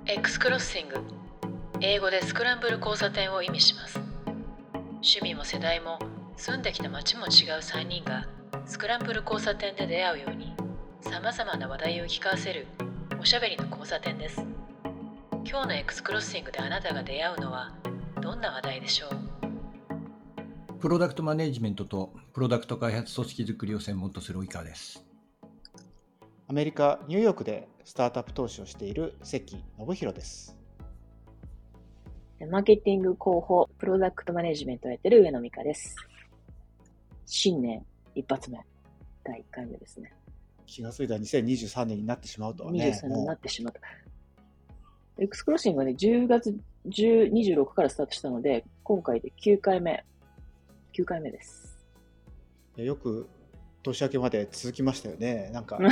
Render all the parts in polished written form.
X クロッシング、英語でスクランブル交差点を意味します。趣味も世代も住んできた街も違う3人がスクランブル交差点で出会うように、さまざまな話題を聞かせるおしゃべりの交差点です。今日の X クロッシングであなたが出会うのはどんな話題でしょう？ プロダクトマネジメントとプロダクト開発組織づくりを専門とする及川です。 アメリカ・ニューヨークでスタートアップ投資をしている関信弘です。 マーケティング広報、プロダクトマネジメントをやってる上野美香です。新年一発目、第1回目ですね。 気がついたら2023年になってしまうとはね。 23年になってしまった。X クロッシングはね、10月26からスタートしたので、今回で9回目です。 よく年明けまで続きましたよね。なんか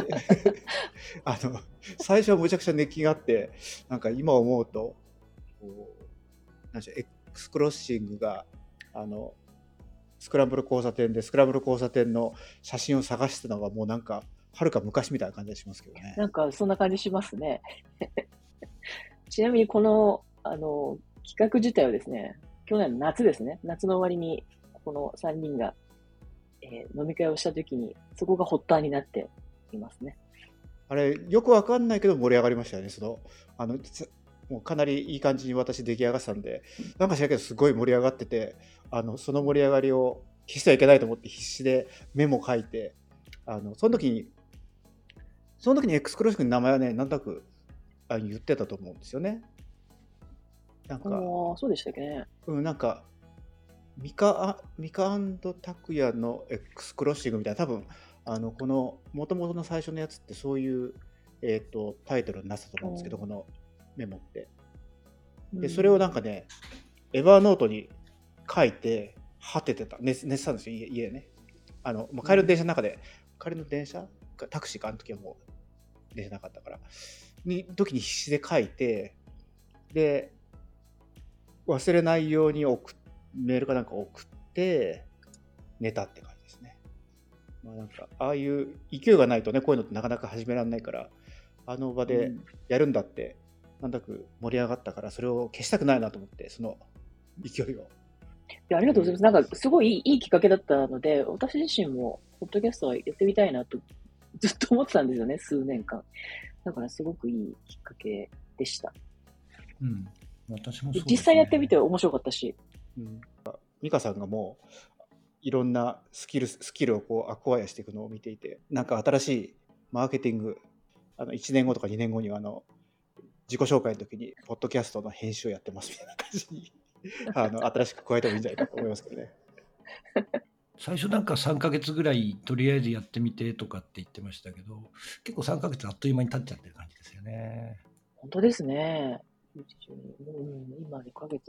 最初はむちゃくちゃ熱気があって、なんか今思うとなんでしょう、X クロッシングがスクランブル交差点でスクランブル交差点の写真を探してたのがもうなんか遥か昔みたいな感じがしますけどね。 なんかそんな感じしますね。ちなみにこの企画自体はですね、去年の夏ですね、夏の終わりにこの3人が、飲み会をしたときにそこが発端になっていますね。 あれよくわかんないけど盛り上がりましたよね。もうかなりいい感じに私出来上がってたんで、なんか知らんけどすごい盛り上がってて、その盛り上がりを消してはいけないと思って必死でメモ書いて、その時に X クロッシングの名前はね、なんとなく言ってたと思うんですよね。なんかそうでしたっけね。 なんかミカ拓也の X クロッシングみたいな、多分この元々の最初のやつってそういう、タイトルになってたと思うんですけど、このメモって。でそれをなんかね、エバーノートに書いてはててた、寝てたんですよ、家ね。帰りの電車の中で、帰りの電車タクシーか、あの時はもう電車なかったから時に必死で書いて、で忘れないようにメールかなんか送って寝たって感じですね。なんかああいう勢いがないとね、こういうのってなかなか始められないから、あの場でやるんだって、なんだか盛り上がったから、それを消したくないなと思って、その勢いを。 いや、ありがとうございます。なんかすごいいいきっかけだったので、私自身もポッドキャストはやってみたいなとずっと思ってたんですよね、数年間。だからすごくいいきっかけでした。 私もそうですね。 実際やってみて面白かったし。 美香さんがもういろんなスキルをこうアクワイアしていくのを見ていて、なんか新しいマーケティング、1年後とか2年後には自己紹介の時にポッドキャストの編集をやってますみたいな感じに新しく加えてもいいんじゃないかと思いますけどね。 最初なんか3ヶ月ぐらいとりあえずやってみてとかって言ってましたけど、結構3ヶ月あっという間に経っちゃってる感じですよね。 本当ですね。今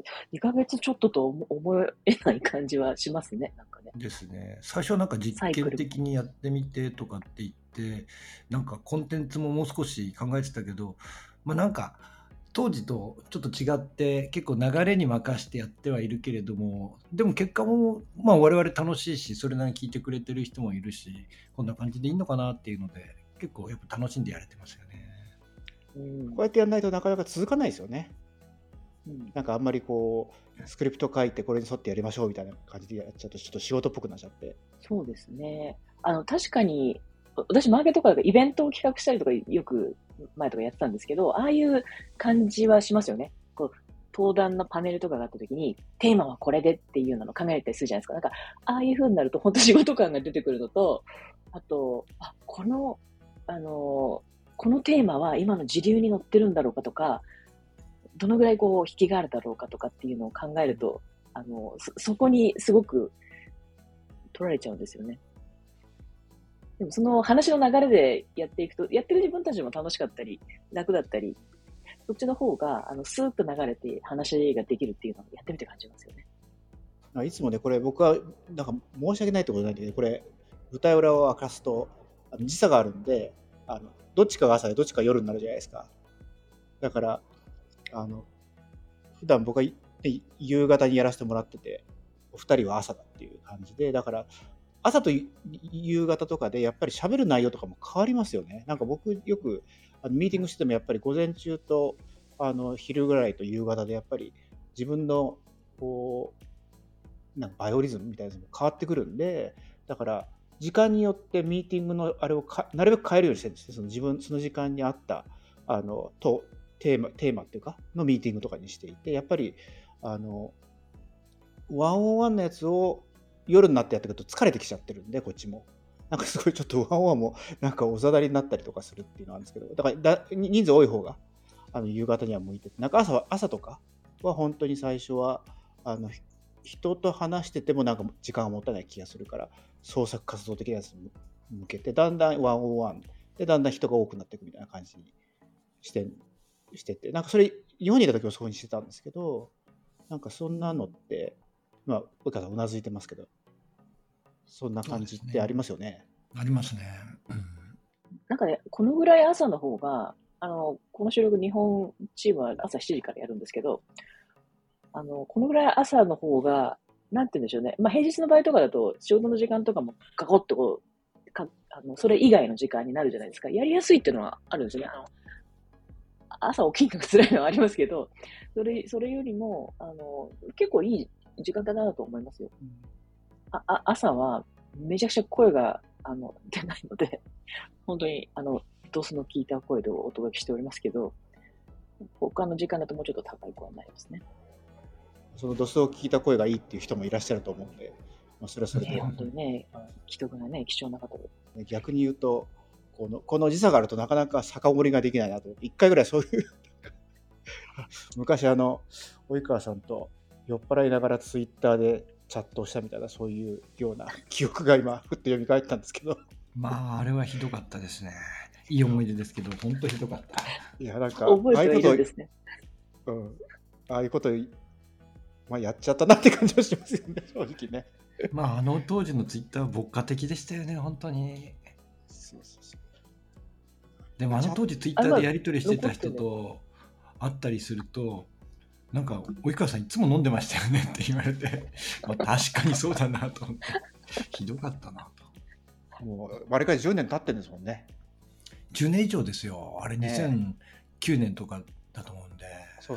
2ヶ月ちょっとと思えない感じはしますね。なんかね。 ですね。最初はなんか実験的にやってみてとかって言って、なんかコンテンツももう少し考えてたけど、なんか当時とちょっと違って結構流れに任せてやってはいるけれども、でも結果も我々楽しいし、それなりに聞いてくれてる人もいるし、こんな感じでいいのかなっていうので、結構やっぱ楽しんでやれてますよね。 こうやってやらないとなかなか続かないですよね。なんかあんまりこうスクリプト書いてこれに沿ってやりましょうみたいな感じでやっちゃうとちょっと仕事っぽくなっちゃって。 そうですね。確かに私マーケとかイベントを企画したりとかよく前とかやってたんですけど、ああいう感じはしますよね。こう登壇のパネルとかがあった時にテーマはこれでっていうのを考えたりするじゃないですか。なんかああいう風になると本当仕事感が出てくるのと、あとこのテーマは今の時流に乗ってるんだろうかとか、どのぐらいこう引きがあるだろうかとかっていうのを考えると、そこにすごく取られちゃうんですよね。でもその話の流れでやっていくと、やってる自分たちも楽しかったり楽だったり、そっちの方がスーッと流れて話ができるっていうのをやってみて感じますよね。 いつもね、これ僕はなんか申し訳ないってことなんだけど、これ舞台裏を明かすと時差があるんで、どっちかが朝でどっちかが夜になるじゃないですか。だから普段僕は夕方にやらせてもらってて、お二人は朝だっていう感じで、だから朝と夕方とかでやっぱり喋る内容とかも変わりますよね。なんか僕よくミーティングしててもやっぱり午前中と昼ぐらいと夕方でやっぱり自分のこなんかバイオリズムみたいなのも変わってくるんで、だから時間によってミーティングのあれをなるべく変えるようにしてるんですね。その時間に合ったテーマっていうかのミーティングとかにしていて、やっぱりワンオンワンのやつを夜になってやってくると疲れてきちゃってるんで、こっちもなんかすごいちょっとワンオンワンもなんかおざだりになったりとかするっていうのなんですけど、だから人数多い方が夕方には向いてて、なんか朝とかは本当に最初は人と話しててもなんか時間がもったいない気がするから、創作活動的なやつに向けてだんだんワンオンワンでだんだん人が多くなっていくみたいな感じにしてて、なんかそれ日本にいた時もそういうふうにしてたんですけど、なんかそんなのって及川さんうなずいてますけど、そんな感じってありますよね。 ありますね。 なんかね、このぐらい朝の方が、この収録日本チームは朝7時からやるんですけど、このぐらい朝の方が、なんて言うんでしょうね。まあ、平日の場合とかだと、仕事の時間とかもガコッとこう、それ以外の時間になるじゃないですか。やりやすいっていうのはあるんですよね。朝起きるのが辛いのはありますけど、それよりも、結構いい時間だなと思いますよ。朝はめちゃくちゃ声が、出ないので、本当に、ドスの効いた声でお届けしておりますけど、他の時間だともうちょっと高い声になりますね。 そのドスを聞いた声がいいっていう人もいらっしゃると思うんで、それはそれで。 本当にね、既得なね、貴重な方で。 逆に言うと、この時差があるとなかなか酒盛りができないなと。一回ぐらいそういう昔及川さんと酔っ払いながらツイッターでチャットをしたみたいな、そういうような記憶が今ふっと蘇ったんですけど、 まああれはひどかったですね。いい思い出ですけど本当ひどかった。 いやなんか覚えてはいるんですね。 ああいうことやっちゃったなって感じはしますよね、正直ね。 まあ当時のツイッターは牧歌的でしたよね、本当に。 そうでも当時ツイッターでやり取りしてた人と会ったりすると、なんか及川さんいつも飲んでましたよねって言われて、まあ、確かにそうだなと思ってひどかったなと。もうあれから10年経ってるんですもんね。 10年以上ですよ。あれ2009年とかだと思うんで、 そう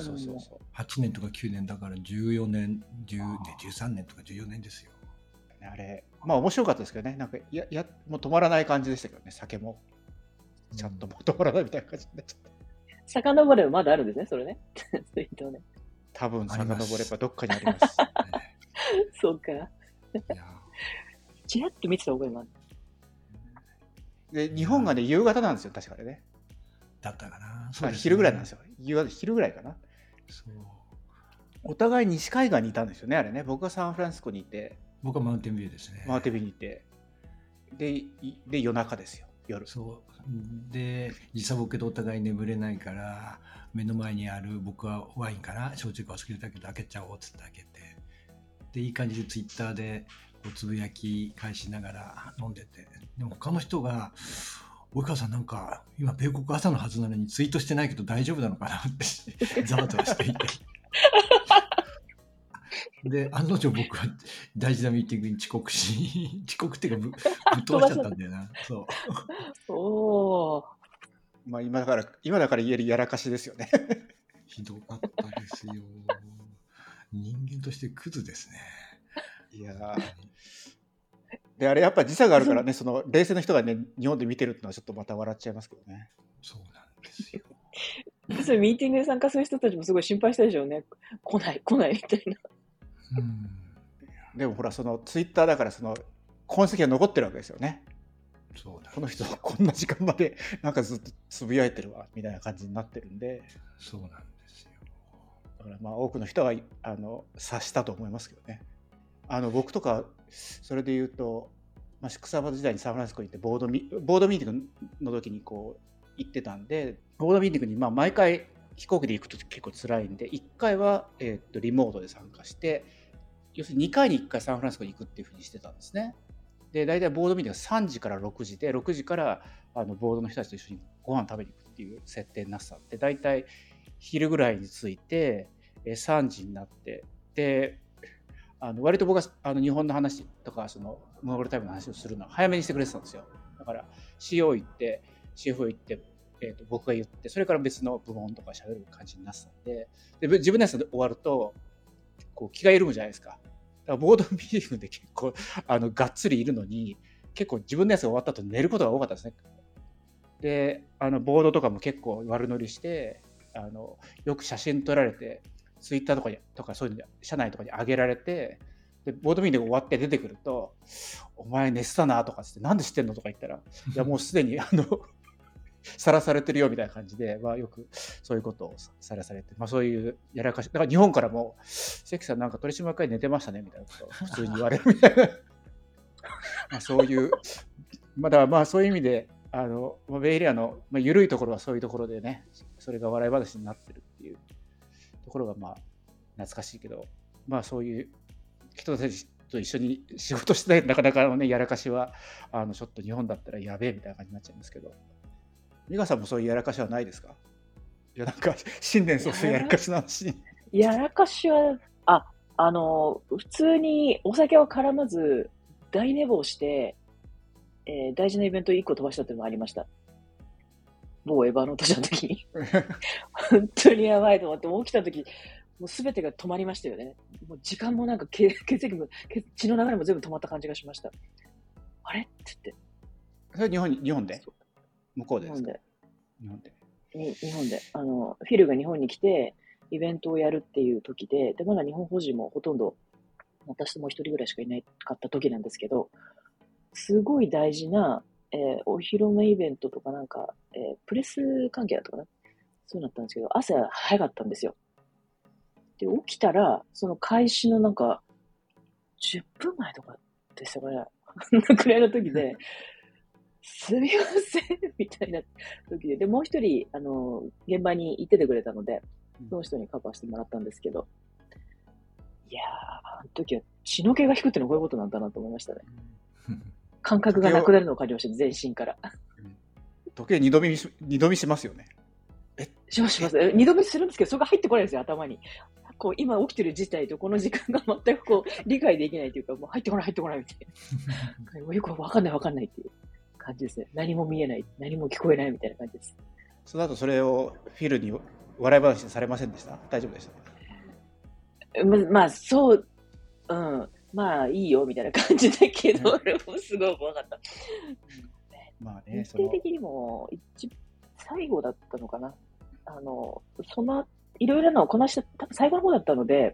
8年とか9年だから14年13年とか14年ですよ。 あれ面白かったですけどね。なんかもう止まらない感じでしたけどね。酒もチャットも止まらないみたいな感じになっちゃった。 遡ればまだあるんですね、それね。ツイートね。 多分遡ればどっかにあります。 そうか。ちらっと見てた覚えもある。 で日本がね夕方なんですよ、確かね。 だったかな。そうですね、 昼ぐらいなんですよ。昼ぐらいかな。そうお互い西海岸にいたんですよね、あれね。僕はサンフランシスコにいて、 僕はマウンテンビューですね。 マウンテンビューにいて、で夜中ですよ、夜。 そうで時差ボケでお互い眠れないから、目の前にある僕はワインかな焼酎か忘れたけど開けちゃおうっつって開けて、でいい感じでツイッターでつぶやき返しながら飲んでて、でも他の人が及川さんなんか今米国朝のはずなのにツイートしてないけど大丈夫なのかなってざわざわしていてで案の定僕は大事なミーティングに遅刻っていうかぶっ飛ばしちゃったんだよな。そうお今だから言えるやらかしですよね。 ひどかったですよ。人間としてクズですね。 いやであれやっぱり時差があるからね、その冷静な人がね日本で見てるってのはちょっとまた笑っちゃいますけどね。 そうなんですよ。 それミーティングで参加する人たちもすごい心配したでしょうね。来ないみたいな。 でもほらそのツイッターだからその痕跡が残ってるわけですよね。 そうだ、 この人こんな時間までなんかずっとつぶやいてるわみたいな感じになってるんで。 そうなんですよ。 だから多くの人が察したと思いますけどね。僕とかそれで言うと、草場時代にサンフランシスコに行ってボードミーティングの時にこう行ってたんで、ボードミーティングに毎回飛行機で行くと結構辛いんで、1回は、リモートで参加して、要するに2回に1回サンフランシスコに行くっていうふうにしてたんですね。で大体ボードミーティングが3時から6時で、6時からボードの人たちと一緒にご飯食べに行くっていう設定になってたんで、大体昼ぐらいに着いて3時になって、で割と僕は日本の話とかそのモーバルタイムの話をするのは早めにしてくれてたんですよ。だから CO 行って CFO 行って僕が言って、それから別の部門とか喋る感じになってたんで、自分のやつで終わるとこう気が緩むじゃないですか。だからボードミーティングで結構がっつりいるのに、結構自分のやつが終わった後寝ることが多かったですね。でボードとかも結構悪乗りして、よく写真撮られてツイッターとかそういうの社内とかに上げられて、でボードミーティング終わって出てくると、お前寝てたなとかつって、なんで知ってんのとか言ったら、いやもうすでにさらされてるよみたいな感じで、よくそういうことをさらされて、そういうやらかし、だから日本からも関さんなんか取締役会寝てましたねみたいなことを普通に言われるみたいなそういうだからそういう意味でベイエリアの緩いところはそういうところでね、それが笑い話になってるっていうところが懐かしいけど、そういう人たちと一緒に仕事してないとなかなかね、やらかしはちょっと日本だったらやべえみたいな感じになっちゃいますけど、美香さんもそういうやらかしはないですか？いや、なんか新年早々やらかしの話に。 やらかしは普通にお酒を絡まず大寝坊して、大事なイベント1個飛ばしたっていうのもありました。某エヴァノート社の時に本当にやばいと思って、起きた時もう全てが止まりましたよね。もう時間もなんか血液も血の流れも全部止まった感じがしました。あれって言って。 それ日本で？向こうでですか？日本でフィルが日本に来てイベントをやるっていう時で、まだ日本法人もほとんど私ともう一人ぐらいしかいなかった時なんですけど、すごい大事な、お披露目イベントとかなんか、プレス関係だったかな、そうなったんですけど、朝早かったんですよ。で、起きたらその開始のなんか10分前とかでしたから、くらいの時で。すみませんみたいな時で、もう一人現場に行っててくれたので、その人にカバーしてもらったんですけど、いやー、あの時は血の気が引くってのはこういうことなんだなと思いましたね。感覚がなくなるのを感じました、全身から。 時計二度見しますよね。 します。二度見するんですけど、それが入ってこないんですよ、頭に。こう今起きてる事態とこの時間が全くこう理解できないというか、もう入ってこないみたいな。よくわかんないっていう感じですね。何も見えない、何も聞こえないみたいな感じです。 その後それをフィルに笑い話されませんでした？大丈夫でした？ そう、いいよみたいな感じだけど、俺もすごい怖かった。日程的にも最後だったのかな。いろいろなのをこなした多分最後の方だったので、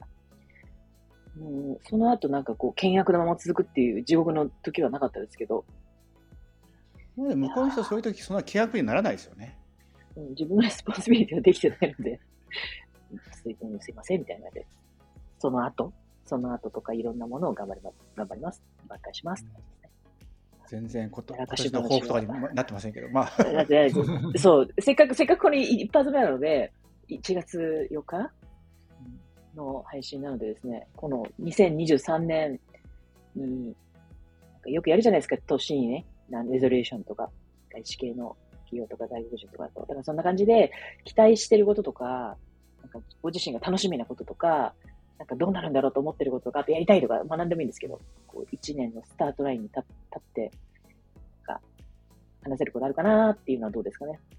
その後なんかこう倹約のまま続くっていう地獄の時はなかったですけど。 向こうの人そういう時そんな契約にならないですよね。 自分のレスポンシビリティができてないので、すいませんみたいなので、その後とかいろんなものを頑張ります、挽回します。 全然今年の抱負とかになってませんけど、 そう、せっかくこれ一発目なので、1月4日の配信なのでですね、この2023年に、よくやるじゃないですか、年にね、レゾリューションとか、外資系の企業とか外国人とかだからそんな感じで、期待してることとか、なんかご自身が楽しみなこととか、なんかどうなるんだろうと思ってることとか、あとやりたいとか、何でもいいんですけど、こう1年のスタートラインに立って、なんか話せることあるかなっていうのはどうですかね。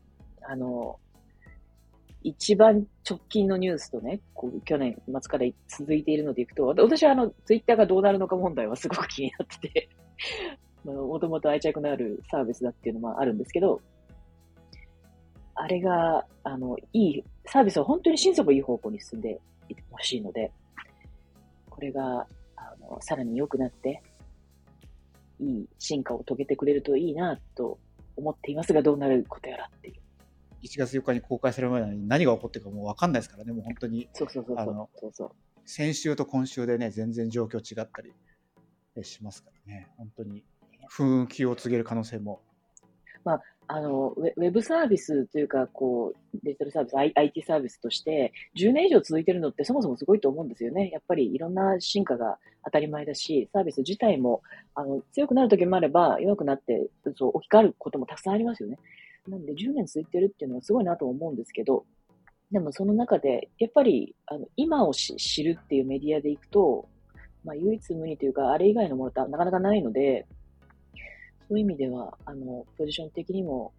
一番直近のニュースとね、こう去年末から続いているのでいくと、私はツイッターがどうなるのか問題はすごく気になってて、もともと愛着のあるサービスだっていうのもあるんですけど、あれが、いい、サービスは本当に心底いい方向に進んでいてほしいので、これが、さらに良くなって、いい進化を遂げてくれるといいなと思っていますが、どうなることやらっていう。 1月4日に公開される前に何が起こってるかもう分かんないですからね、もう本当に。 そう。 先週と今週でね、全然状況違ったりしますからね、本当に不運気を告げる可能性も。 ウェブサービスというか、こう、デジタルサービス、IT サービスとして、10年以上続いてるのってそもそもすごいと思うんですよね。やっぱりいろんな進化が当たり前だし、サービス自体も、強くなる時もあれば、弱くなって、置き換わることもたくさんありますよね。なんで10年続いてるっていうのはすごいなと思うんですけど、でもその中で、やっぱり、今を知るっていうメディアでいくと、唯一無二というか、あれ以外のものってなかなかないので、そういう意味では、ポジション的にも、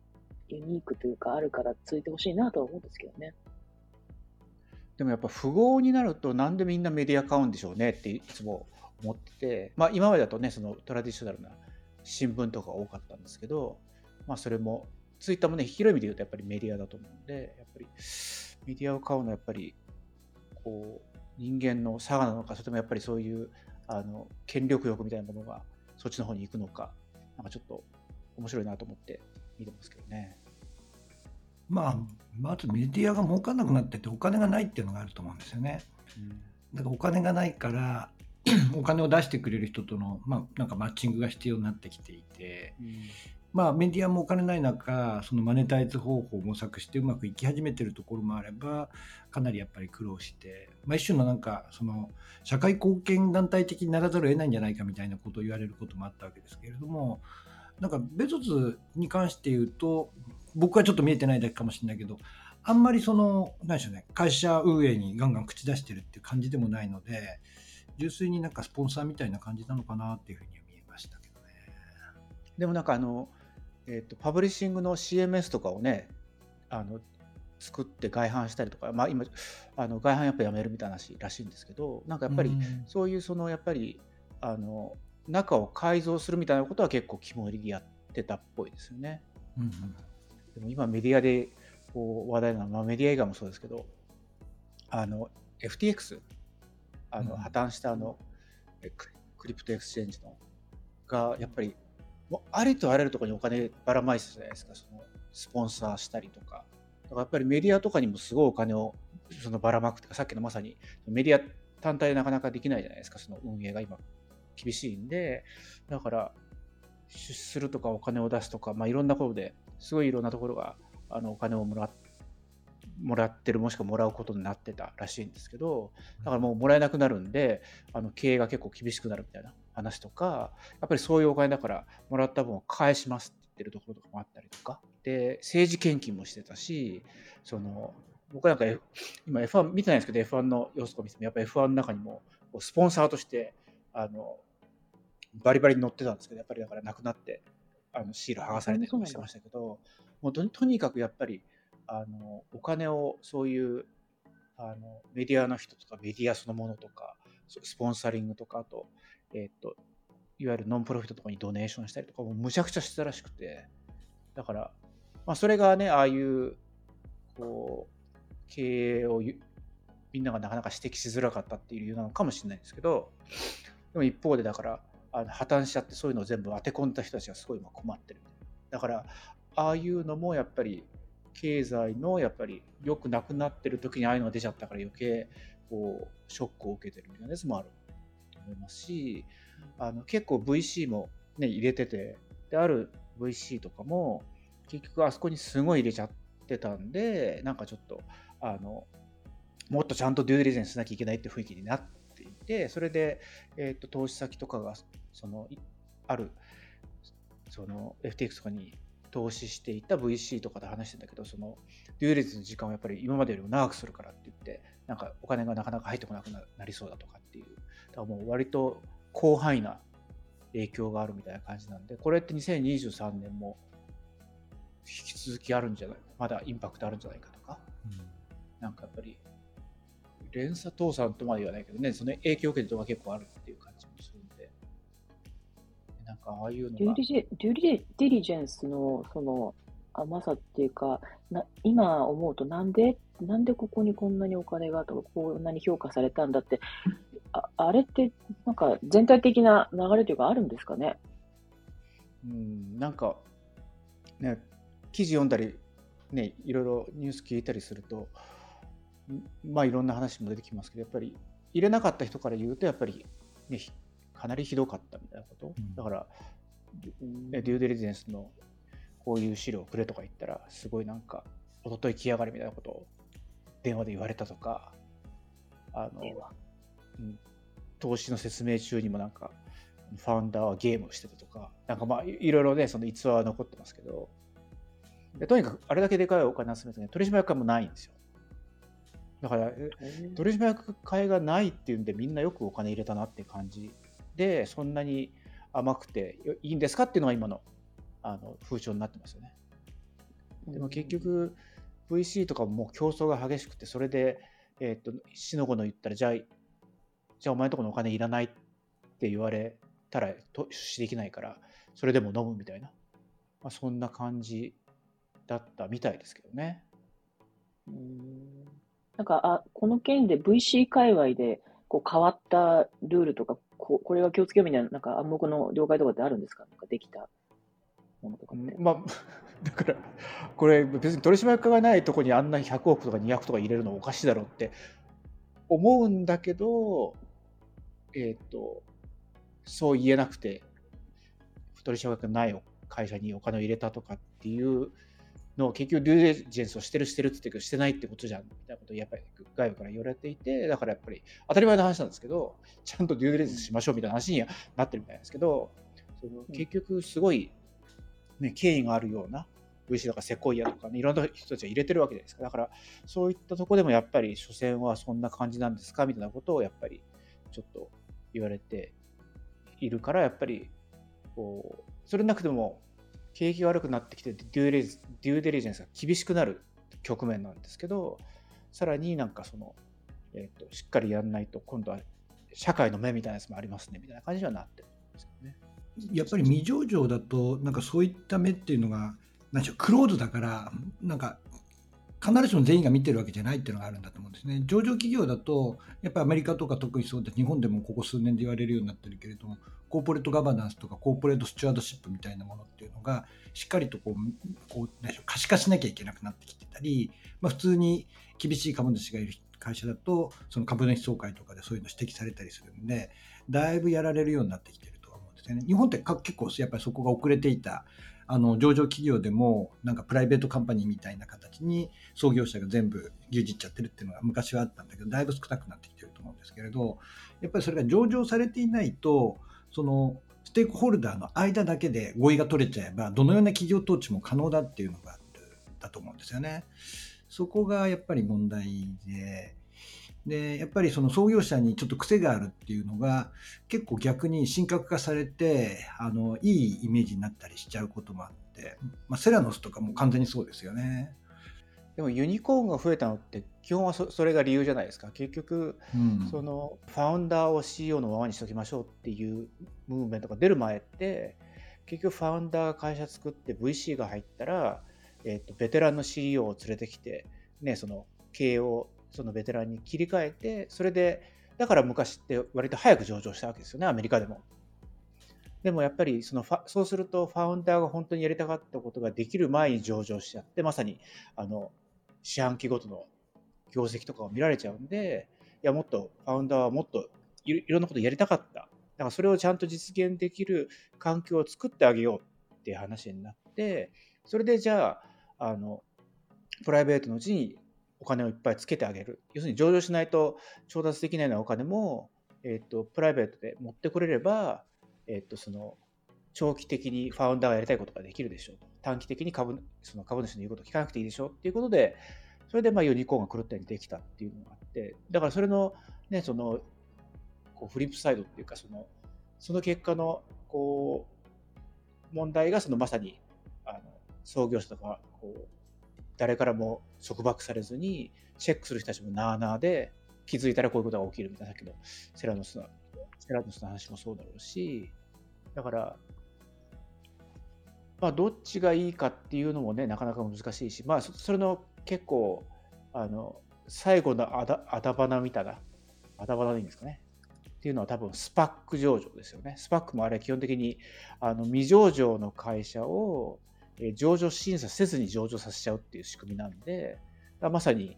ユニークというかあるからついてほしいなとは思うんですけどね。 でもやっぱ富豪になるとなんでみんなメディア買うんでしょうねっていつも思ってて、まあ今までだとね、そのトラディショナルな新聞とか多かったんですけど、まあそれも、ツイッターもね、広い意味で言うとやっぱりメディアだと思うんで、やっぱりメディアを買うのはやっぱり、こう、人間の差がなのか、それともやっぱりそういう、権力欲みたいなものがそっちの方に行くのか、なんかちょっと面白いなと思って見てますけどね。 まあ、まずメディアが儲かんなくなっててお金がないっていうのがあると思うんですよね。だからお金がないからお金を出してくれる人との、なんかマッチングが必要になってきていて、メディアもお金ない中、そのマネタイズ方法を模索してうまくいき始めてるところもあれば、かなりやっぱり苦労して、一種のなんかその社会貢献団体的にならざるを得ないんじゃないかみたいなことを言われることもあったわけですけれども、なんかベゾスに関して言うと、僕はちょっと見えてないだけかもしれないけど、あんまりその何でしょうね、会社運営にガンガン口出してるっていう感じでもないので、純粋になんかスポンサーみたいな感じなのかなっていうふうには見えましたけどね。 でもなんかパブリッシングの CMS とかをね、作って外販したりとか、今外販やっぱやめるみたいな話らしいんですけど、なんかやっぱりそういうそのやっぱり中を改造するみたいなことは結構肝入りでやってたっぽいですよね。でも今メディアでこう話題なのは、メディア以外もそうですけど、FTX 破綻したクリプトエクスチェンジのがやっぱりもうありとあらゆるところにお金ばらまいてたじゃないですか。そのスポンサーしたりとか。だからやっぱりメディアとかにもすごいお金をそのばらまくとか、さっきのまさにメディア単体でなかなかできないじゃないですか。その運営が今厳しいんで、だから出資するとかお金を出すとか、いろんなことですごいいろんなところがお金をもらってる、もしくはもらうことになってたらしいんですけど、だからもうもらえなくなるんで、経営が結構厳しくなるみたいな話とか、やっぱりそういうお金だからもらった分を返しますって言ってるところとかもあったりとか、で政治献金もしてたし、その僕なんか、今 F1 見てないんですけど、F1 の様子とか見てもやっぱり F1 の中にもスポンサーとしてバリバリに乗ってたんですけど、やっぱりだからなくなってシール剥がされたりとかしてましたけど、もうとにかくやっぱりお金をそういうメディアの人とかメディアそのものとかスポンサリングとか、あと、いわゆるノンプロフィットとかにドネーションしたりとかもむちゃくちゃしてたらしくて、だから、それがね、ああいうこう経営をみんながなかなか指摘しづらかったっていう理由なのかもしれないんですけど、でも一方でだから破綻しちゃってそういうのを全部当て込んだ人たちがすごい今困ってる。だからああいうのもやっぱり経済のやっぱり良くなくなってる時にああいうのが出ちゃったから余計こうショックを受けてるみたいなやつもあると思いますし、結構 VC もね入れてて、である VC とかも結局あそこにすごい入れちゃってたんで、なんかちょっともっとちゃんとデューデリジェンスしなきゃいけないって雰囲気になっていて、それで、投資先とかがあるその FTX とかに投資していた VC とかで話してんだけど、そのデューデリジェンスの時間をやっぱり今までよりも長くするからって言って、なんかお金がなかなか入ってこなくなりそうだとかっていう、だからもう割と広範囲な影響があるみたいな感じなんで、これって2023年も引き続きあるんじゃない、まだインパクトあるんじゃないかとか、なんかやっぱり連鎖倒産とまで言わないけどね、その影響を受けてるとこが結構あるっていう感じもするんで、なんかああいうのがデューデリジェンスのその甘さっていうか、今思うとなんでここにこんなにお金がとか、こんなに評価されたんだって、あれってなんか全体的な流れというかあるんですかね。 なんかね、記事読んだりね、いろいろニュース聞いたりすると、いろんな話も出てきますけど、やっぱり入れなかった人から言うとやっぱり、ね、かなりひどかったみたいなこと、だから、デューデリジェンスのこういう資料をくれとか言ったら、すごいなんか一昨日来やがれみたいなことを電話で言われたとか、投資の説明中にもなんかファウンダーはゲームをしてたとか、なんかいろいろね、その逸話は残ってますけど、とにかくあれだけでかいお金集めてね、取締役会もないんですよ。だから取締役会がないっていうんで、みんなよくお金入れたなって感じで、そんなに甘くていいんですかっていうのが今の風潮になってますよね。 でも結局 VC とかももう競争が激しくて、それで、しのごの言ったら、じゃあお前のところのお金いらないって言われたら出資できないから、それでも飲むみたいな、そんな感じだったみたいですけどね。 なんか、この件で VC 界隈でこう変わったルールとか、これは気をつけようみたいな、なんか暗黙の了解とかってあるんですか？なんかできたものとかって。 だからこれ別に取締役がないところにあんなに100億とか200とか入れるのおかしいだろうって思うんだけど、そう言えなくて、取締役がない会社にお金を入れたとかっていうのを結局デューデリジェンスをしてるって言ってるけどしてないってことじゃんみたいなことをやっぱり外部から言われていて、だからやっぱり当たり前の話なんですけど、ちゃんとデューデリジェンスしましょうみたいな話にはなってるみたいですけど、結局すごい、ね、権威があるような VC とかセコイアとか、ね、いろんな人たちが入れてるわけですから、だからそういったところでもやっぱり所詮はそんな感じなんですかみたいなことをやっぱりちょっと言われているから、やっぱりこうそれなくても景気が悪くなってきてデューデリジェンスが厳しくなる局面なんですけど、さらになんかその、しっかりやらないと今度は社会の目みたいなやつもありますねみたいな感じにはなってるんですよね。 やっぱり未上場だとなんかそういった目っていうのが何でしょう、クローズだからなんか必ずしも全員が見てるわけじゃないっていうのがあるんだと思うんですね。上場企業だとやっぱりアメリカとか特にそうで、日本でもここ数年で言われるようになってるけれども、コーポレートガバナンスとかコーポレートスチュワードシップみたいなものっていうのがしっかりとこう何でしょう、可視化しなきゃいけなくなってきてたり、普通に厳しい株主がいる会社だとその株主総会とかでそういうの指摘されたりするんで、だいぶやられるようになってきてると思うんですよね。日本って結構やっぱりそこが遅れていた。上場企業でもなんかプライベートカンパニーみたいな形に創業者が全部牛耳っちゃってるっていうのが昔はあったんだけど、だいぶ少なくなってきてると思うんですけれど、やっぱりそれが上場されていないと、そのステークホルダーの間だけで合意が取れちゃえばどのような企業統治も可能だっていうのがだと思うんですよね。そこがやっぱり問題で、やっぱりその創業者にちょっと癖があるっていうのが結構逆に神格化されていいイメージになったりしちゃうこともあって、セラノスとかも完全にそうですよね。 でもユニコーンが増えたのって基本はそれが理由じゃないですか。結局、そのファウンダーを CEO のままにしときましょうっていうムーブメントが出る前って結局ファウンダーが会社作って VC が入ったら、ベテランの CEO を連れてきて、ね、その経営をそのベテランに切り替えて、それでだから昔って割と早く上場したわけですよね、アメリカでも。でもやっぱりそうするとファウンダーが本当にやりたかったことができる前に上場しちゃって、まさに四半期ごとの業績とかを見られちゃうんで、いやもっとファウンダーはもっといろんなことやりたかった。だからそれをちゃんと実現できる環境を作ってあげようっていう話になって、それでじゃあプライベートのうちにお金をいっぱいつけてあげる。要するに上場しないと調達できないようなお金も、プライベートで持ってくれれば、その長期的にファウンダーがやりたいことができるでしょうと。短期的にその株主の言うことを聞かなくていいでしょうっていうことで、それでユニコーンが狂ったようにできたっていうのがあって、だからそれのね、そのこうフリップサイドっていうか、その結果のこう問題がまさに創業者とか誰からも束縛されずにチェックする人たちもなあなあで気づいたらこういうことが起きるみたいなけど、セラノスの話もそうだろうし、だからどっちがいいかっていうのもねなかなか難しいし、それの結構最後のあだ花みたいな、あだ花でいいんですかねっていうのは多分スパック上場ですよね。スパックもあれ基本的に未上場の会社を上場審査せずに上場させちゃうっていう仕組みなんで、まさに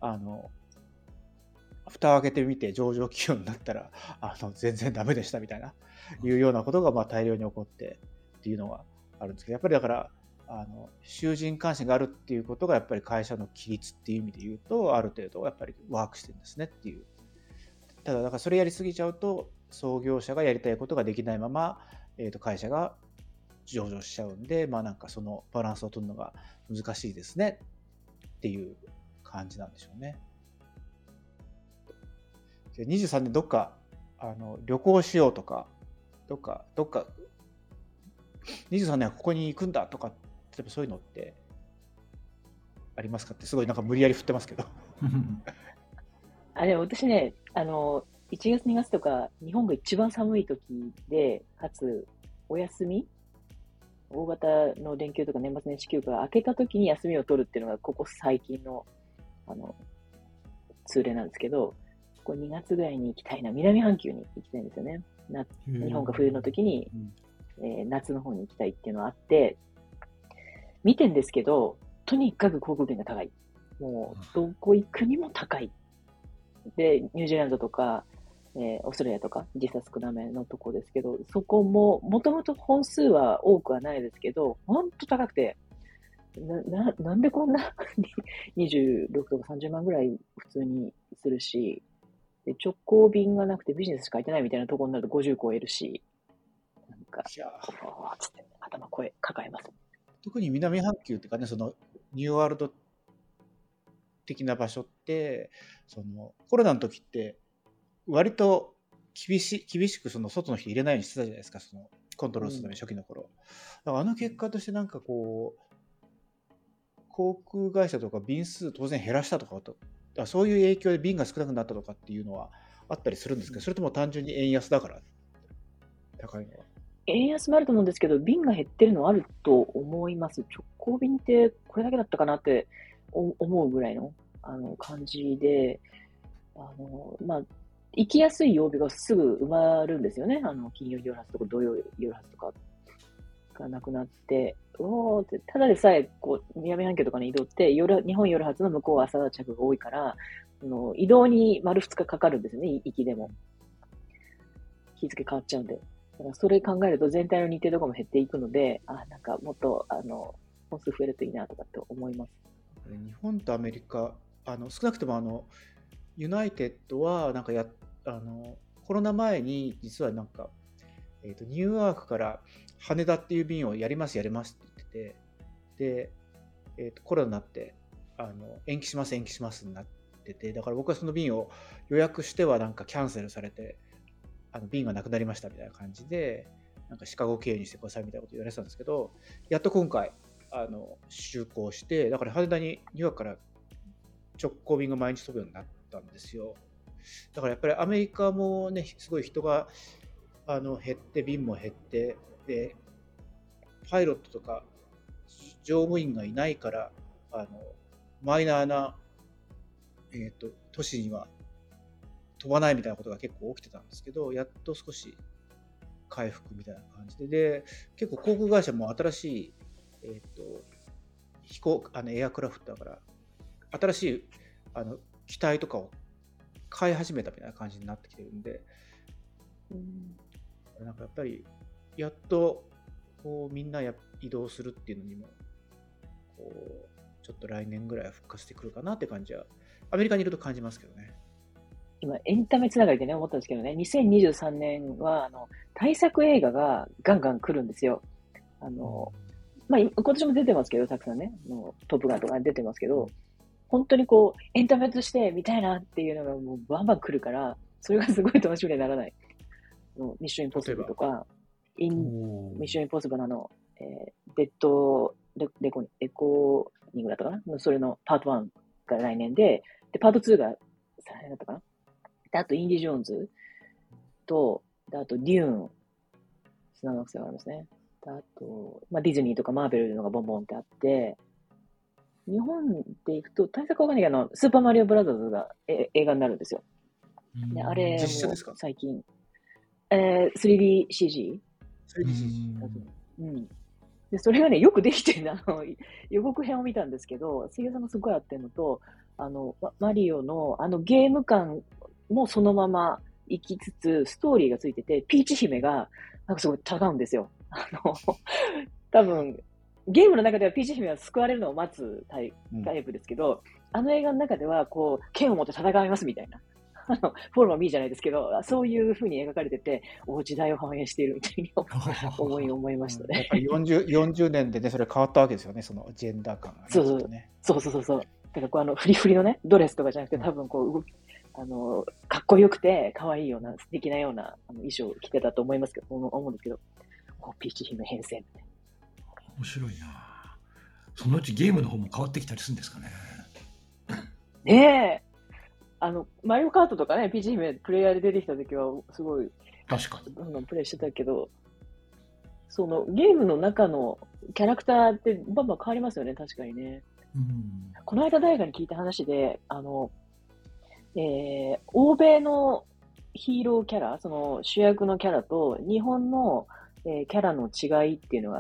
蓋を開けてみて上場企業になったら全然ダメでしたみたいないうようなことが大量に起こってっていうのがあるんですけど、やっぱりだから囚人監視があるっていうことがやっぱり会社の規律っていう意味で言うとある程度やっぱりワークしてるんですねっていう。ただだからそれやりすぎちゃうと創業者がやりたいことができないまま、会社が上場しちゃうんで、なんかそのバランスを取るのが難しいですねっていう感じなんでしょうね。23年どっか旅行しようとか、どっか23年はここに行くんだとか、例えばそういうのってありますかって、すごいなんか無理やり振ってますけど。 でも私ね、1月2月とか、日本が一番寒い時で、かつ、お休み大型の連休とか年末年始休暇が明けた時に休みを取るっていうのが、ここ最近の、通例なんですけど、こう2月ぐらいに行きたいな、南半球に行きたいんですよね。日本が冬の時に、夏の方に行きたいっていうのがあって、見てんですけど、とにかく航空券が高い。もう、どこ行くにも高い。で、ニュージーランドとか、オーストラリアとか、時差少なめのとこですけど、そこも、もともと本数は多くはないですけど、ほんと高くて、なんでこんな26とか30万ぐらい普通にするし、で直行便がなくてビジネスしか空いてないみたいなところになると50超えるし、なんか、つって頭抱えます。 特に南半球っていうかね、そのニューワールド的な場所って、そのコロナの時って割と厳しくその外の人入れないようにしてたじゃないですか、そのコントロールするために初期の頃。だから結果としてなんかこう、航空会社とか便数当然減らしたとかそういう影響で便が少なくなったとかっていうのはあったりするんですけど、それとも単純に円安だから高いのは。 円安もあると思うんですけど、便が減ってるのはあると思います。直行便ってこれだけだったかなって思うぐらいの感じで、行きやすい曜日がすぐ埋まるんですよね。金曜夜発とか土曜夜発とかがなくなって、ただでさえ、南半球とかに移動って、日本夜発の向こうは朝着が多いから、移動に丸2日かかるんですよね、行きでも。日付変わっちゃうんで。だからそれ考えると全体の日程とかも減っていくので、なんかもっと、本数増えるといいなとかって思います。 日本とアメリカ、少なくともユナイテッドは、なんかコロナ前に実はなんか、ニューヨークから羽田っていう便をやりますって言ってて、で、コロナになって延期しますになってて、だから僕はその便を予約してはなんかキャンセルされて、便がなくなりましたみたいな感じで、なんかシカゴ経由にしてくださいみたいなこと言われてたんですけど、やっと今回就航して、だから羽田にニューヨークから直行便が毎日飛ぶようになったんですよ。だからやっぱりアメリカもね、すごい人が減って、便も減って、で、パイロットとか乗務員がいないから、マイナーな、都市には飛ばないみたいなことが結構起きてたんですけど、やっと少し回復みたいな感じで、結構航空会社も新しい、エアクラフトだから、新しい機体とかを買い始めたみたいな感じになってきてるんで、なんかやっぱりやっとこうみんな移動するっていうのにもこうちょっと来年ぐらいは復活してくるかなって感じはアメリカにいると感じますけどね。 今エンタメつながりでね思ったんですけどね、2023年は大作映画がガンガン来るんですよ。今年も出てますけど、たくさんね、トップガンとか出てますけど、本当にこうエンタメとして見たいなっていうのがもうバンバン来るから、それがすごい楽しみにならない。ミッションインポッシブルとか、ミッションインポッシブルのデッドレコニングだったかな、それのパート1が来年で、パート2が再来年だったかな。であとインディ・ジョーンズと、あとデューン、砂の惑星がありますね。あと、ディズニーとかマーベルのがボンボンってあって、日本で行くと、対策わかんないけど、スーパーマリオブラザーズが映画になるんですよ。であれも最近、3DCG? でそれがね、よくできてる予告編を見たんですけど、声優さんもすごい合ってるのと、マリオのゲーム感もそのまま行きつつ、ストーリーがついてて、ピーチ姫が、なんかすごい戦うんですよ。多分、ゲームの中ではピーチ姫は救われるのを待つタイプですけど、映画の中では、こう、剣を持って戦いますみたいな。フォルマミーじゃないですけど、そういう風に描かれてて、時代を反映しているみたいに思いましたね。 やっぱり40年でね、それ変わったわけですよね、そのジェンダー感が、ね。 そう。だからこうフリフリのね、ドレスとかじゃなくて、多分こうかっこよくて、可愛いような、素敵なような衣装を着てたと思うんですけど、ピーチ姫変遷みたいな。 面白いな。 そのうちゲームの方も変わってきたりするんですかね。 ねえ。マリオカートとかね、PC でプレイヤーで出てきた時は、すごい、 確かに。 プレイしてたけど、そのゲームの中のキャラクターってバンバン変わりますよね、確かにね。この間誰かに聞いた話で、欧米のヒーローキャラ、その主役のキャラと日本の、キャラの違いっていうのがあって、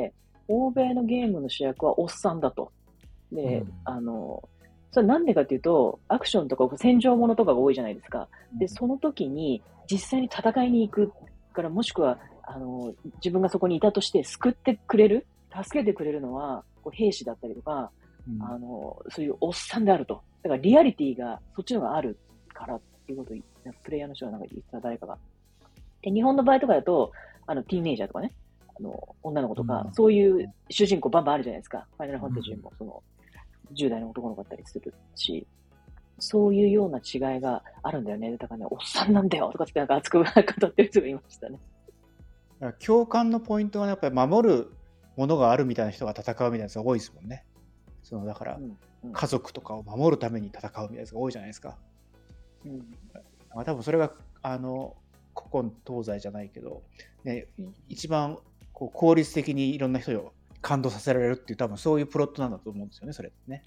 欧米のゲームの主役はおっさんだと。で、それなんでかっていうと、アクションとか戦場ものとかが多いじゃないですか。で、その時に実際に戦いに行くから、もしくは、自分がそこにいたとして救ってくれる、助けてくれるのは、兵士だったりとか、そういうおっさんであると。だからリアリティがそっちの方があるからっていうことを、プレイヤーの人はなんか言ってた誰かが。で、日本の場合とかだと、ティーンエイジャーとかね、女の子とか、そういう主人公バンバンあるじゃないですか。ファイナルファンタジーも、10代の男の子だったりするし、そういうような違いがあるんだよね。だからね、おっさんなんだよとかってなんか熱く語ってる人がいましたね。 共感のポイントは、ね、やっぱり守るものがあるみたいな人が戦うみたいなやつが多いですもんね。だから、家族とかを守るために戦うみたいなやつが多いじゃないですか。多分それが古今東西じゃないけど、ね、一番効率的にいろんな人を感動させられるっていう、多分そういうプロットなんだと思うんですよね、それってね。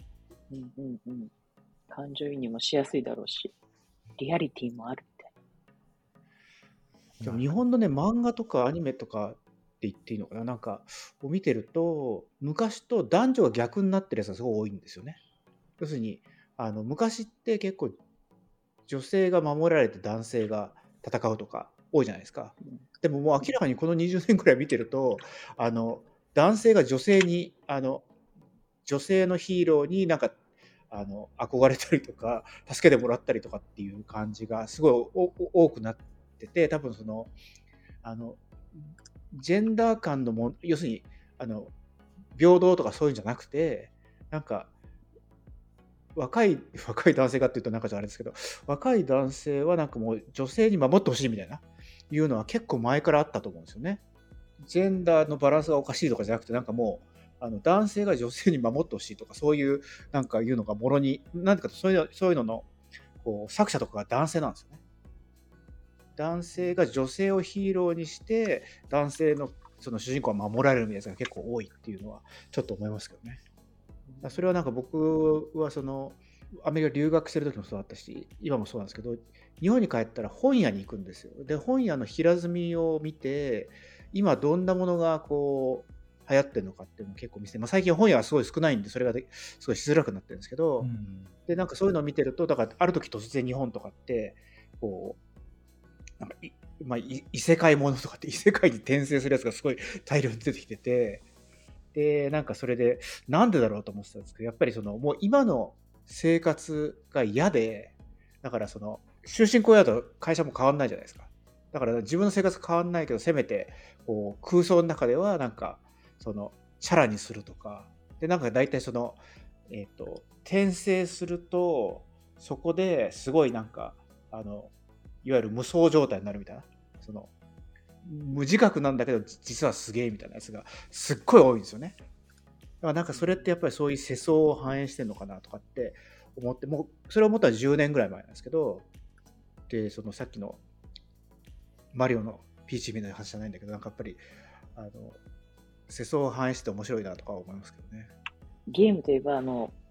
感情移入もしやすいだろうし、リアリティもあるみたいな。でも日本のね、漫画とかアニメとかって言っていいのかな、なんかを見てると、昔と男女が逆になってるやつがすごい多いんですよね。要するに昔って結構女性が守られて男性が戦うとか多いじゃないですか。でももう明らかにこの20年くらい見てると、男性が女性に女性のヒーローになんか憧れたりとか助けてもらったりとかっていう感じがすごい多くなってて、多分ジェンダー間のも、要するに平等とかそういうんじゃなくて、なんか若い男性かっていうとなんかじゃあれですけど、若い男性はなんかもう女性に守ってほしいみたいないうのは結構前からあったと思うんですよね。ジェンダーのバランスがおかしいとかじゃなくて、なんかもう男性が女性に守ってほしいとか、そういうなんかいうのがもろに、なんていうかそういうのの作者とかが男性なんですよね。男性が女性をヒーローにして男性のその主人公は守られるみたいなやつが結構多いっていうのはちょっと思いますけどね。それはなんか僕はアメリカ留学してる時もそうだったし、今もそうなんですけど、日本に帰ったら本屋に行くんですよ。で、本屋の平積みを見て、今どんなものが流行ってるのかっていうのを結構見せて、最近本屋はすごい少ないんで、それがすごいしづらくなってるんですけど、で、なんかそういうのを見てると、だからある時突然日本とかって、なんか異世界ものとかって異世界に転生するやつがすごい大量に出てきてて、で、なんかそれで、なんでだろうと思ってたんですけど、やっぱりもう今の生活が嫌で、だから終身雇用だと会社も変わんないじゃないですか。だから自分の生活変わんないけど、せめて、空想の中では、なんか、チャラにするとか、で、なんか大体転生すると、そこですごいなんか、いわゆる無双状態になるみたいな、無自覚なんだけど実はすげえみたいなやつがすっごい多いんですよね。だからなんかそれってやっぱりそういう世相を反映してるのかなとかって思って、もうそれを思ったら10年ぐらい前なんですけど、でさっきのマリオのピーチみたいな話じゃないんだけど、なんかやっぱり世相を反映して面白いなとか思いますけどね。 ゲームといえば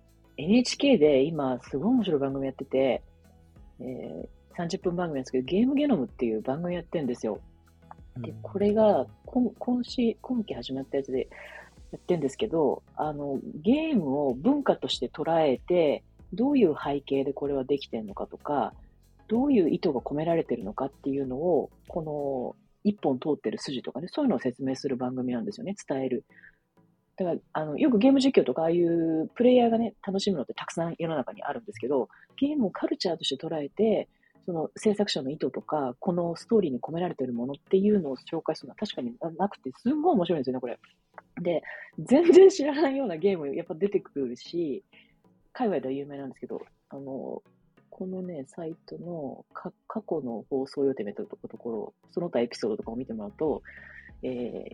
NHK で今すごい面白い番組やってて、30分番組なんですけど、ゲームゲノムっていう番組やってるんですよ。で、これが今期始まったやつでやってるんですけど、ゲームを文化として捉えて、どういう背景でこれはできてるのかとか、どういう意図が込められてるのかっていうのを、この一本通ってる筋とかね、そういうのを説明する番組なんですよね、伝える。だから、よくゲーム実況とか、ああいうプレイヤーがね、楽しむのってたくさん世の中にあるんですけど、ゲームをカルチャーとして捉えて、その制作者の意図とか、このストーリーに込められているものっていうのを紹介するのは確かになくて、すんごい面白いんですよね、これ。で、全然知らないようなゲームやっぱ出てくるし、海外では有名なんですけど、このね、サイトの過去の放送予定のところ、その他エピソードとかを見てもらうと、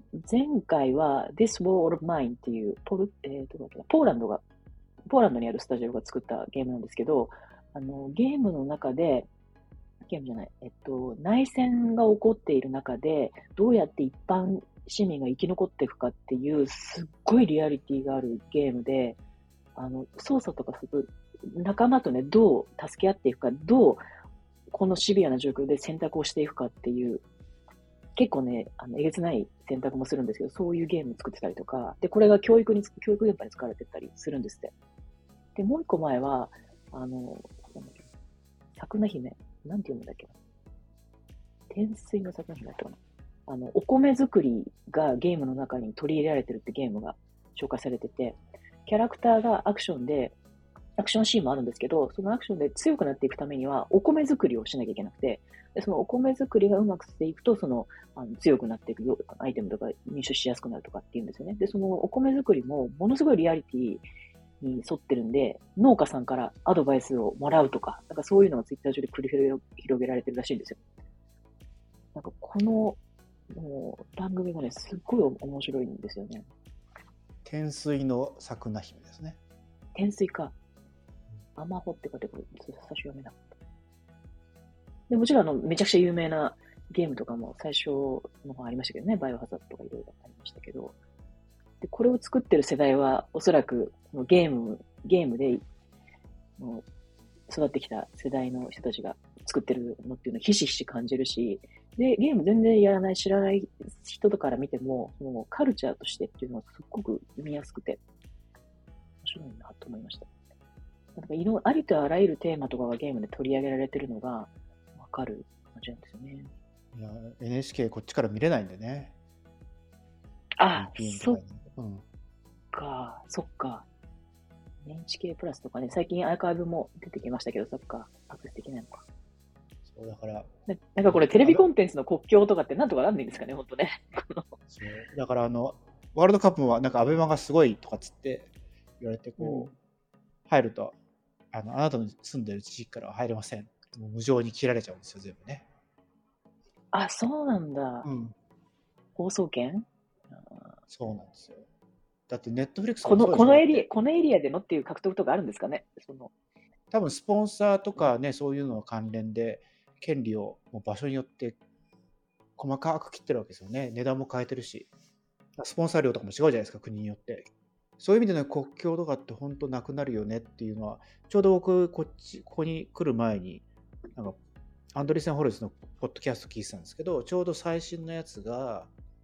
前回は This War of Mine っていうどこだっけなポーランドにあるスタジオが作ったゲームなんですけど、ゲームの中で、ゲームじゃない、内戦が起こっている中で、どうやって一般市民が生き残っていくかっていう、すっごいリアリティがあるゲームで、操作とかする仲間とね、どう助け合っていくか、どうこのシビアな状況で選択をしていくかっていう、結構ね、えげつない選択もするんですけど、そういうゲームを作ってたりとか、で、これが教育現場に使われてたりするんですって。で、もう一個前は、なんだっけ桜姫、なんて読むんだっけな。天水の桜姫だったかな。お米作りがゲームの中に取り入れられてるってゲームが紹介されてて、キャラクターがアクションシーンもあるんですけど、そのアクションで強くなっていくためには、お米作りをしなきゃいけなくて、でそのお米作りがうまくしていくと、強くなっていくアイテムとか入手しやすくなるとかっていうんですよね。で、そのお米作りもものすごいリアリティに沿ってるんで、農家さんからアドバイスをもらうとか、なんかそういうのがツイッター上で繰り広げられてるらしいんですよ。なんかこのもう番組がね、すっごい面白いんですよね。 天水の桜姫ですね。 天水か。アマホって書いてこれ、最初読めなかった。で、もちろんめちゃくちゃ有名なゲームとかも最初の方ありましたけどね、バイオハザードとかいろいろありましたけど、で、これを作ってる世代はおそらくゲームで育ってきた世代の人たちが作ってるのっていうのをひしひし感じるし、で、ゲーム全然やらない、知らない人とから見ても、もうカルチャーとしてっていうのはすっごく見やすくて、面白いなと思いました。なんかありとあらゆるテーマとかがゲームで取り上げられてるのがわかる感じなんですよね。 いや、NHK こっちから見れないんでね。 あ、 VPN とそっかに。 か、そっか。NHK プラスとかね、最近アーカイブも出てきましたけど、そっか、アクセスできないのか。 そうだから、 なんかこれテレビコンテンツの国境とかってなんとかなんないんですかね、ほんとね。 そうだからワールドカップはなんかアベマがすごいとかっつって言われて入るとあなたの住んでる地域からは入れません。もう無情に切られちゃうんですよ、全部ね。 あ、そうなんだ。放送権？ そうなんですよ。だってネットフリックスこのエリアでのっていう獲得とかあるんですかね。 多分スポンサーとかね、そういうのの関連で権利をもう場所によって細かく切ってるわけですよね。値段も変えてるし、スポンサー料とかも違うじゃないですか、国によって。そういう意味での国境とかって本当なくなるよねっていうのは、ちょうど僕ここに来る前になんかアンドリーセン・ホルツのポッドキャスト聞いてたんですけど、ちょうど最新のやつが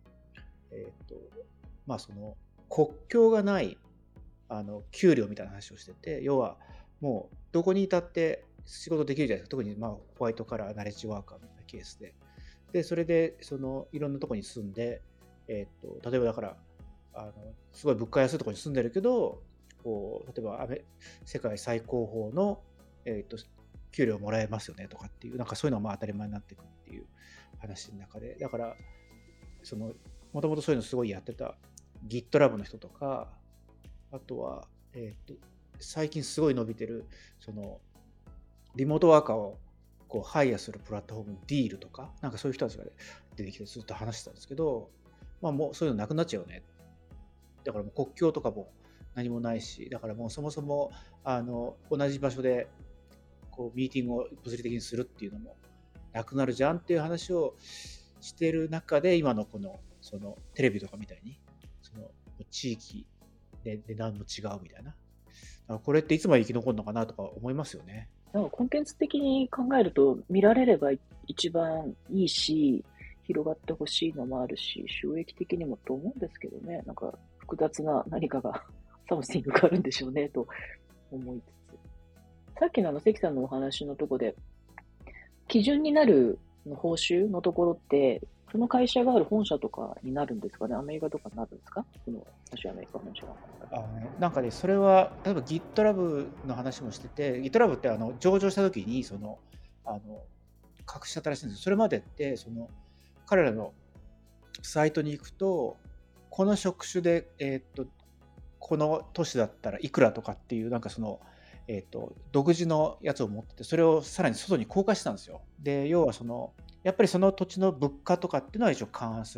まあその国境がない給料みたいな話をしてて、要はもうどこにいたって仕事できるじゃないですか。特にホワイトカラーナレッジワーカーみたいなケースで、それでいろんなとこに住んで、例えばだからすごい物価安いところに住んでるけど、例えば世界最高峰の、給料もらえますよねとかっていう、なんかそういうのが当たり前になっていくっていう話の中で、だからもともとそういうのすごいやってた GitLab の人とか、あとは、最近すごい伸びてるリモートワーカーをハイヤーするプラットフォームディールとか、なんかそういう人たちが出てきてずっと話してたんですけど、まあもうそういうのなくなっちゃうよね。だからもう国境とかも何もないし、だからもうそもそも同じ場所でミーティングを物理的にするっていうのもなくなるじゃんっていう話をしてる中で、今のテレビとかみたいに地域で値段も違うみたいな、だからこれっていつまで生き残るのかなとか思いますよね。 なんかコンテンツ的に考えると見られれば一番いいし、広がってほしいのもあるし、収益的にもと思うんですけどね、なんか複雑な何かがサムシングがあるんでしょうねと思いつつ、さっきの関さんのお話のとこで基準になる報酬のところってその会社がある本社とかになるんですかね。アメリカとかになるんですか、もしアメリカ本社が。 なんかね、それは例えば GitLab の話もしてて、GitLab って上場した時に隠しちゃったらしいんですよ。それまでって彼らのサイトに行くと、この職種で、この都市だったらいくらとかっていう、なんか独自のやつを持ってて、それをさらに外に公開してたんですよ。で、要はやっぱりその土地の物価とかっていうのは一応勘案する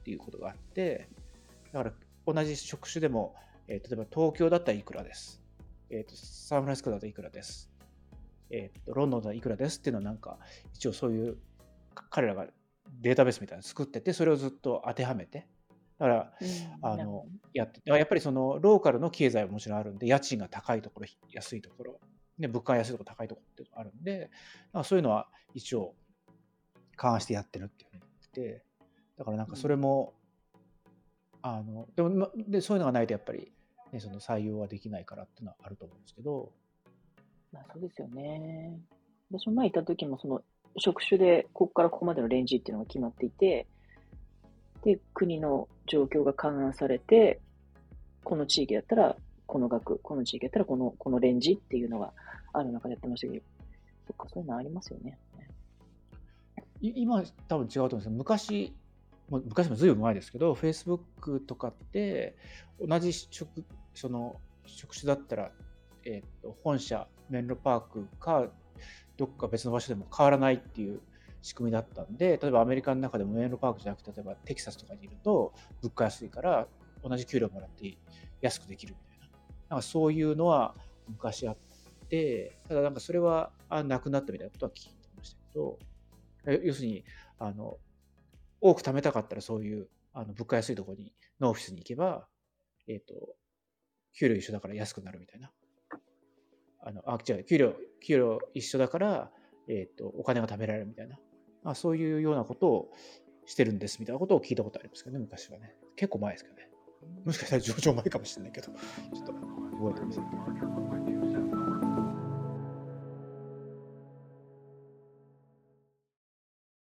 っていうことがあって、だから同じ職種でも、例えば東京だったらいくらです。サンフランシスコだったらいくらです。ロンドンだったらいくらですっていうのはなんか一応そういう彼らがデータベースみたいなの作ってて、それをずっと当てはめて、だからやって、やっぱりそのローカルの経済はもちろんあるんで、家賃が高いところ、安いところ、ね、物価が安いところ、高いところっていうのがあるんで、そういうのは一応勘案してやってるっていうふうに言ってて、だからなんかそれも、でもそういうのがないとやっぱり、ね、その採用はできないからっていうのはあると思うんですけど。 そうですよね。私も前いた時もその職種でここからここまでのレンジっていうのが決まっていて、で、国の状況が勘案されて、この地域だったらこの額、この地域だったらこのレンジっていうのがある中でやってましたけど、そっか、そういうのありますよね。 今多分違うと思うんですけど、昔もずいぶん前ですけど、Facebook とかって同じその職種だったら、本社、メンロパークかどっか別の場所でも変わらないっていう仕組みだったんで、例えばアメリカの中でもメンロパークじゃなくて、例えばテキサスとかにいると物価安いから同じ給料もらって安くできるみたいな、なんかそういうのは昔あって、ただなんかそれはなくなったみたいなことは聞いてましたけど、要するに多く貯めたかったらそういう物価安いところのオフィスに行けば、給料一緒だから安くなるみたいな。違う、給料一緒だから、お金が貯められるみたいな。そういうようなことをしてるんですみたいなことを聞いたことありますけどね、昔はね。結構前ですけどね。もしかしたら上場前かもしれないけど、ちょっと覚えてませんけど。